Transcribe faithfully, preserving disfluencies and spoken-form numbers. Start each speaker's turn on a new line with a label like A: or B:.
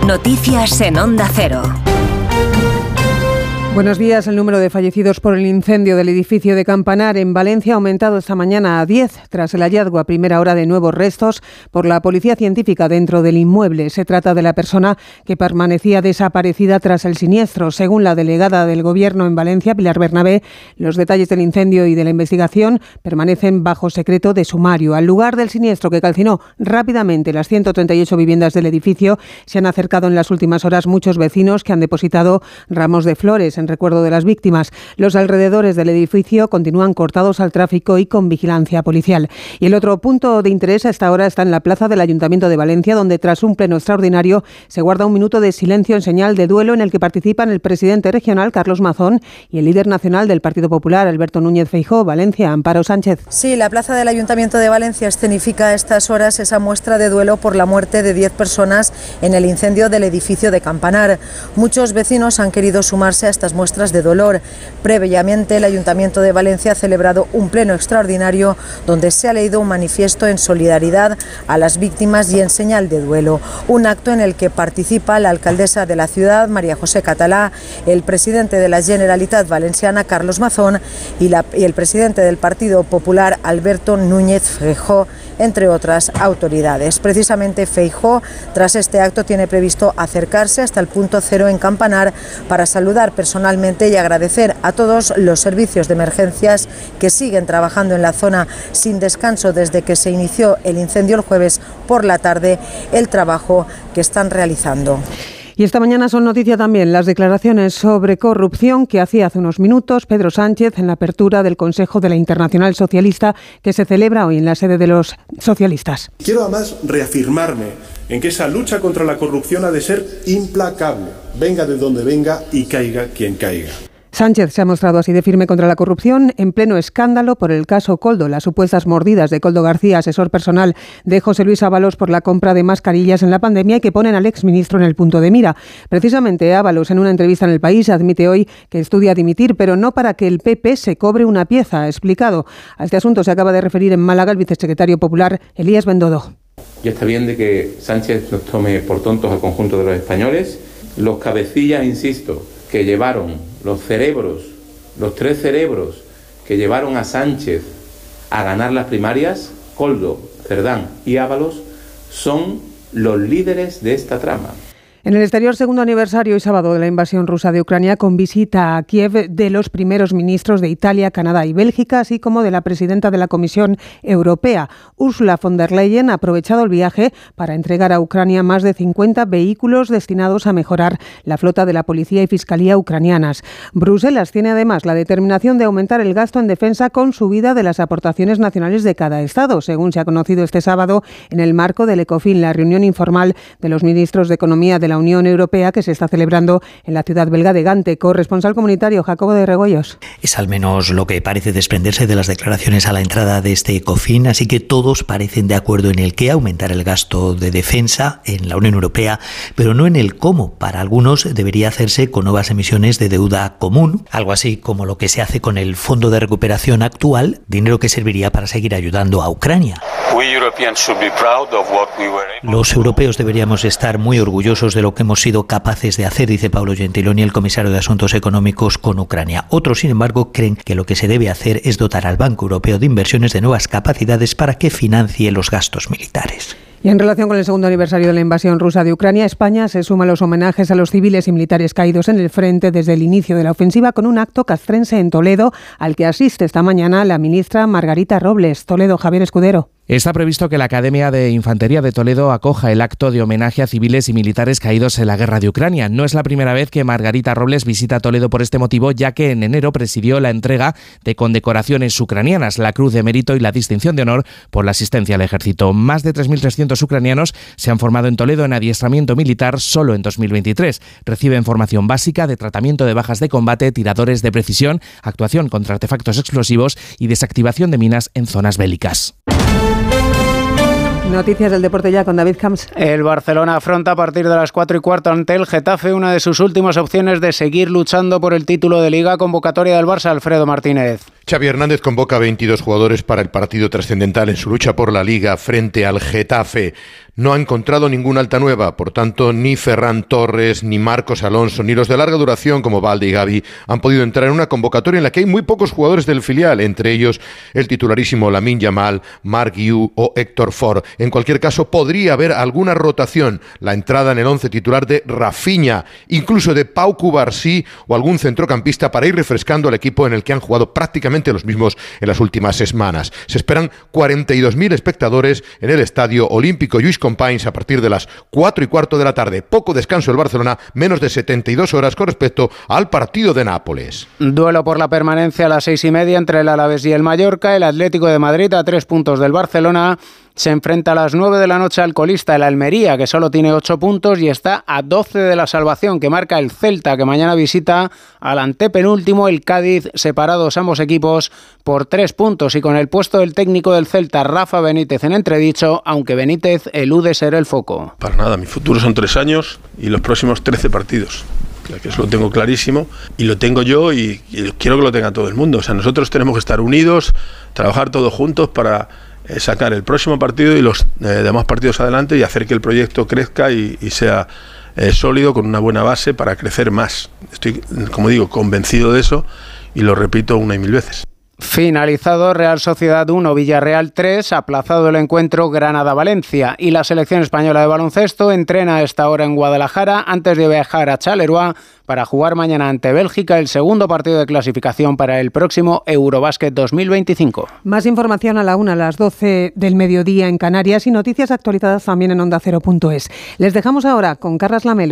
A: Noticias en Onda Cero.
B: Buenos días. El número de fallecidos por el incendio del edificio de Campanar en Valencia ha aumentado esta mañana a diez tras el hallazgo a primera hora de nuevos restos por la policía científica dentro del inmueble. Se trata de la persona que permanecía desaparecida tras el siniestro. Según la delegada del Gobierno en Valencia, Pilar Bernabé, los detalles del incendio y de la investigación permanecen bajo secreto de sumario. Al lugar del siniestro, que calcinó rápidamente las ciento treinta y ocho viviendas del edificio, se han acercado en las últimas horas muchos vecinos que han depositado ramos de flores en recuerdo de las víctimas. Los alrededores del edificio continúan cortados al tráfico y con vigilancia policial. Y el otro punto de interés a esta hora está en la plaza del Ayuntamiento de Valencia, donde tras un pleno extraordinario se guarda un minuto de silencio en señal de duelo en el que participan el presidente regional, Carlos Mazón, y el líder nacional del Partido Popular, Alberto Núñez Feijóo. Valencia, Amparo Sánchez.
C: Sí, la plaza del Ayuntamiento de Valencia escenifica a estas horas esa muestra de duelo por la muerte de diez personas en el incendio del edificio de Campanar. Muchos vecinos han querido sumarse a estas muestras de dolor. Previamente, el Ayuntamiento de Valencia ha celebrado un pleno extraordinario donde se ha leído un manifiesto en solidaridad a las víctimas y en señal de duelo. Un acto en el que participa la alcaldesa de la ciudad, María José Catalá, el presidente de la Generalitat Valenciana, Carlos Mazón, y, la, y el presidente del Partido Popular, Alberto Núñez Feijóo, entre otras autoridades. Precisamente Feijóo, tras este acto, tiene previsto acercarse hasta el punto cero en Campanar para saludar personalmente y agradecer a todos los servicios de emergencias que siguen trabajando en la zona sin descanso desde que se inició el incendio el jueves por la tarde, el trabajo que están realizando.
B: Y esta mañana son noticia también las declaraciones sobre corrupción que hacía hace unos minutos Pedro Sánchez en la apertura del Consejo de la Internacional Socialista que se celebra hoy en la sede de los socialistas.
D: Quiero además reafirmarme en que esa lucha contra la corrupción ha de ser implacable, venga de donde venga y caiga quien caiga.
B: Sánchez se ha mostrado así de firme contra la corrupción en pleno escándalo por el caso Koldo, las supuestas mordidas de Koldo García, asesor personal de José Luis Ábalos por la compra de mascarillas en la pandemia y que ponen al exministro en el punto de mira. Precisamente Ábalos, en una entrevista en El País, admite hoy que estudia dimitir, pero no para que el P P se cobre una pieza, ha explicado. A este asunto se acaba de referir en Málaga el vicesecretario popular Elías Bendodo.
E: Ya está bien de que Sánchez nos tome por tontos al conjunto de los españoles. Los cabecillas, insisto, que llevaron los cerebros, los tres cerebros que llevaron a Sánchez a ganar las primarias, Koldo, Cerdán y Ábalos, son los líderes de esta trama.
B: En el exterior, segundo aniversario y sábado de la invasión rusa de Ucrania, con visita a Kiev de los primeros ministros de Italia, Canadá y Bélgica, así como de la presidenta de la Comisión Europea. Ursula von der Leyen ha aprovechado el viaje para entregar a Ucrania más de cincuenta vehículos destinados a mejorar la flota de la policía y fiscalía ucranianas. Bruselas tiene además la determinación de aumentar el gasto en defensa con subida de las aportaciones nacionales de cada Estado, según se ha conocido este sábado en el marco del ECOFIN, la reunión informal de los ministros de Economía de la Unión Europea que se está celebrando en la ciudad belga de Gante. Corresponsal comunitario Jacobo de Regoyos.
F: Es al menos lo que parece desprenderse de las declaraciones a la entrada de este ECOFIN, así que todos parecen de acuerdo en el que aumentar el gasto de defensa en la Unión Europea, pero no en el cómo. Para algunos debería hacerse con nuevas emisiones de deuda común, algo así como lo que se hace con el Fondo de Recuperación actual, dinero que serviría para seguir ayudando a Ucrania. Los europeos deberíamos estar muy orgullosos de lo que hemos sido capaces de hacer, dice Paolo Gentiloni, el comisario de Asuntos Económicos, con Ucrania. Otros, sin embargo, creen que lo que se debe hacer es dotar al Banco Europeo de Inversiones de nuevas capacidades para que financie los gastos militares.
B: Y en relación con el segundo aniversario de la invasión rusa de Ucrania, España se suma a los homenajes a los civiles y militares caídos en el frente desde el inicio de la ofensiva con un acto castrense en Toledo al que asiste esta mañana la ministra Margarita Robles. Toledo, Javier Escudero.
G: Está previsto que la Academia de Infantería de Toledo acoja el acto de homenaje a civiles y militares caídos en la guerra de Ucrania. No es la primera vez que Margarita Robles visita Toledo por este motivo, ya que en enero presidió la entrega de condecoraciones ucranianas, la Cruz de Mérito y la Distinción de Honor por la asistencia al ejército. Más de tres mil trescientos ucranianos se han formado en Toledo en adiestramiento militar solo en dos mil veintitrés. Reciben formación básica de tratamiento de bajas de combate, tiradores de precisión, actuación contra artefactos explosivos y desactivación de minas en zonas bélicas.
B: Noticias del deporte ya con David Camps.
H: El Barcelona afronta a partir de las cuatro y cuarto ante el Getafe una de sus últimas opciones de seguir luchando por el título de Liga. Convocatoria del Barça, Alfredo Martínez.
I: Xavi Hernández convoca a veintidós jugadores para el partido trascendental en su lucha por la Liga frente al Getafe. No ha encontrado ninguna alta nueva, por tanto, ni Ferran Torres, ni Marcos Alonso, ni los de larga duración como Balde y Gavi han podido entrar en una convocatoria en la que hay muy pocos jugadores del filial, entre ellos el titularísimo Lamine Yamal, Marc Guiu o Héctor Ford. En cualquier caso, podría haber alguna rotación, la entrada en el once titular de Rafinha, incluso de Pau Cubarsí o algún centrocampista para ir refrescando al equipo en el que han jugado prácticamente los mismos en las últimas semanas. Se esperan cuarenta y dos mil espectadores en el Estadio Olímpico Lluís Companys a partir de las cuatro y cuarto de la tarde. Poco descanso el Barcelona, menos de setenta y dos horas con respecto al partido de Nápoles.
H: Duelo por la permanencia a las seis y media entre el Alavés y el Mallorca. El Atlético de Madrid, a tres puntos del Barcelona, se enfrenta a las nueve de la noche al colista, el Almería, que solo tiene ocho puntos y está a doce de la salvación, que marca el Celta, que mañana visita al antepenúltimo, el Cádiz, separados ambos equipos por tres puntos y con el puesto del técnico del Celta, Rafa Benítez, en entredicho, aunque Benítez elude ser el foco.
J: Para nada, mi futuro son tres años y los próximos trece partidos. Que eso lo tengo clarísimo y lo tengo yo y, y quiero que lo tenga todo el mundo. O sea, nosotros tenemos que estar unidos, trabajar todos juntos para eh, sacar el próximo partido y los eh, demás partidos adelante y hacer que el proyecto crezca y, y sea eh, sólido, con una buena base para crecer más. Estoy, como digo, convencido de eso y lo repito una y mil veces.
H: Finalizado, Real Sociedad uno, Villarreal tres, aplazado el encuentro Granada-Valencia, y la selección española de baloncesto entrena a esta hora en Guadalajara antes de viajar a Charleroi para jugar mañana ante Bélgica el segundo partido de clasificación para el próximo Eurobásquet dos mil veinticinco.
B: Más información a la una, a las doce del mediodía en Canarias y noticias actualizadas también en onda cero punto es. Les dejamos ahora con Carlas Lamelo.